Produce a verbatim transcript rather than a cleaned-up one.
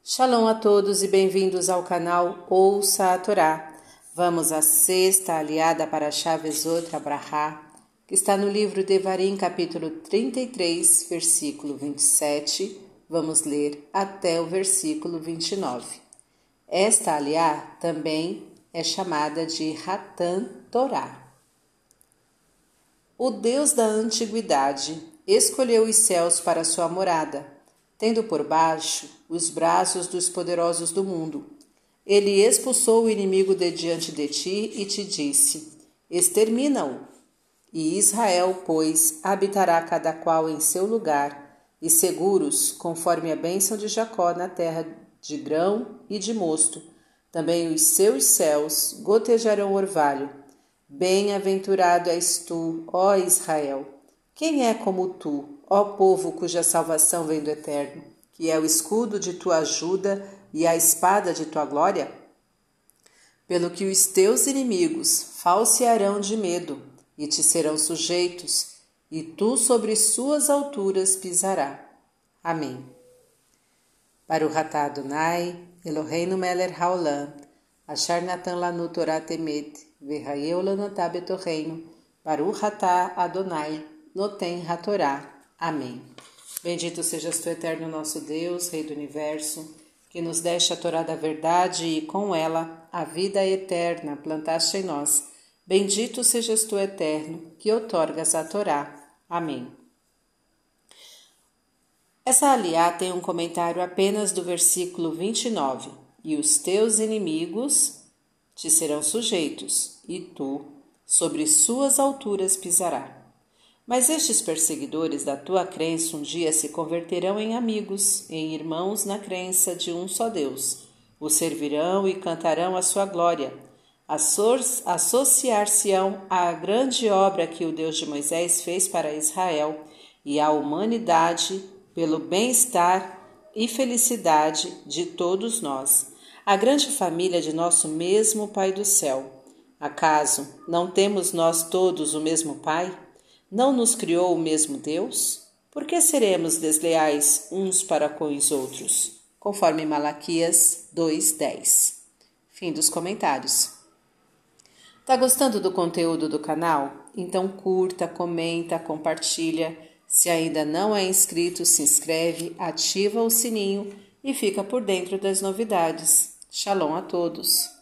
Shalom a todos e bem-vindos ao canal Ouça a Torá. Vamos à sexta aliada para Shavezot Abrahá, que está no livro Devarim, capítulo trinta e três, versículo vinte e sete. Vamos ler até o versículo vinte e nove. Esta aliá também é chamada de Hatan Torá. O Deus da antiguidade escolheu os céus para sua morada, tendo por baixo os braços dos poderosos do mundo. Ele expulsou o inimigo de diante de ti e te disse: extermina-o. E Israel, pois, habitará cada qual em seu lugar, e seguros, conforme a bênção de Jacó na terra de grão e de mosto. Também os seus céus gotejarão orvalho. Bem-aventurado és tu, ó Israel! Quem é como tu, ó povo cuja salvação vem do Eterno, que é o escudo de tua ajuda e a espada de tua glória? Pelo que os teus inimigos falsearão de medo e te serão sujeitos, e tu sobre suas alturas pisará. Amém. Baruch atah Adonai, Eloheinu melech haolam, asher natan lanu Torah temet, v'hayeu lanotah betorreinu, Baruch atah Adonai, Noten HaTorá. Amém. Bendito sejas tu, eterno nosso Deus, Rei do Universo, que nos deste a Torá da verdade e com ela a vida eterna plantaste em nós. Bendito sejas tu, eterno, que outorgas a Torá. Amém. Essa aliá tem um comentário apenas do versículo vinte e nove. E os teus inimigos te serão sujeitos, e tu sobre suas alturas pisará. Mas estes perseguidores da tua crença um dia se converterão em amigos, em irmãos na crença de um só Deus. O servirão e cantarão a sua glória. Associar-se-ão à grande obra que o Deus de Moisés fez para Israel e à humanidade pelo bem-estar e felicidade de todos nós, a grande família de nosso mesmo Pai do céu. Acaso não temos nós todos o mesmo Pai? Não nos criou o mesmo Deus? Por que seremos desleais uns para com os outros? Conforme Malaquias dois, dez. Fim dos comentários. Tá gostando do conteúdo do canal? Então curta, comenta, compartilha. Se ainda não é inscrito, se inscreve, ativa o sininho e fica por dentro das novidades. Shalom a todos!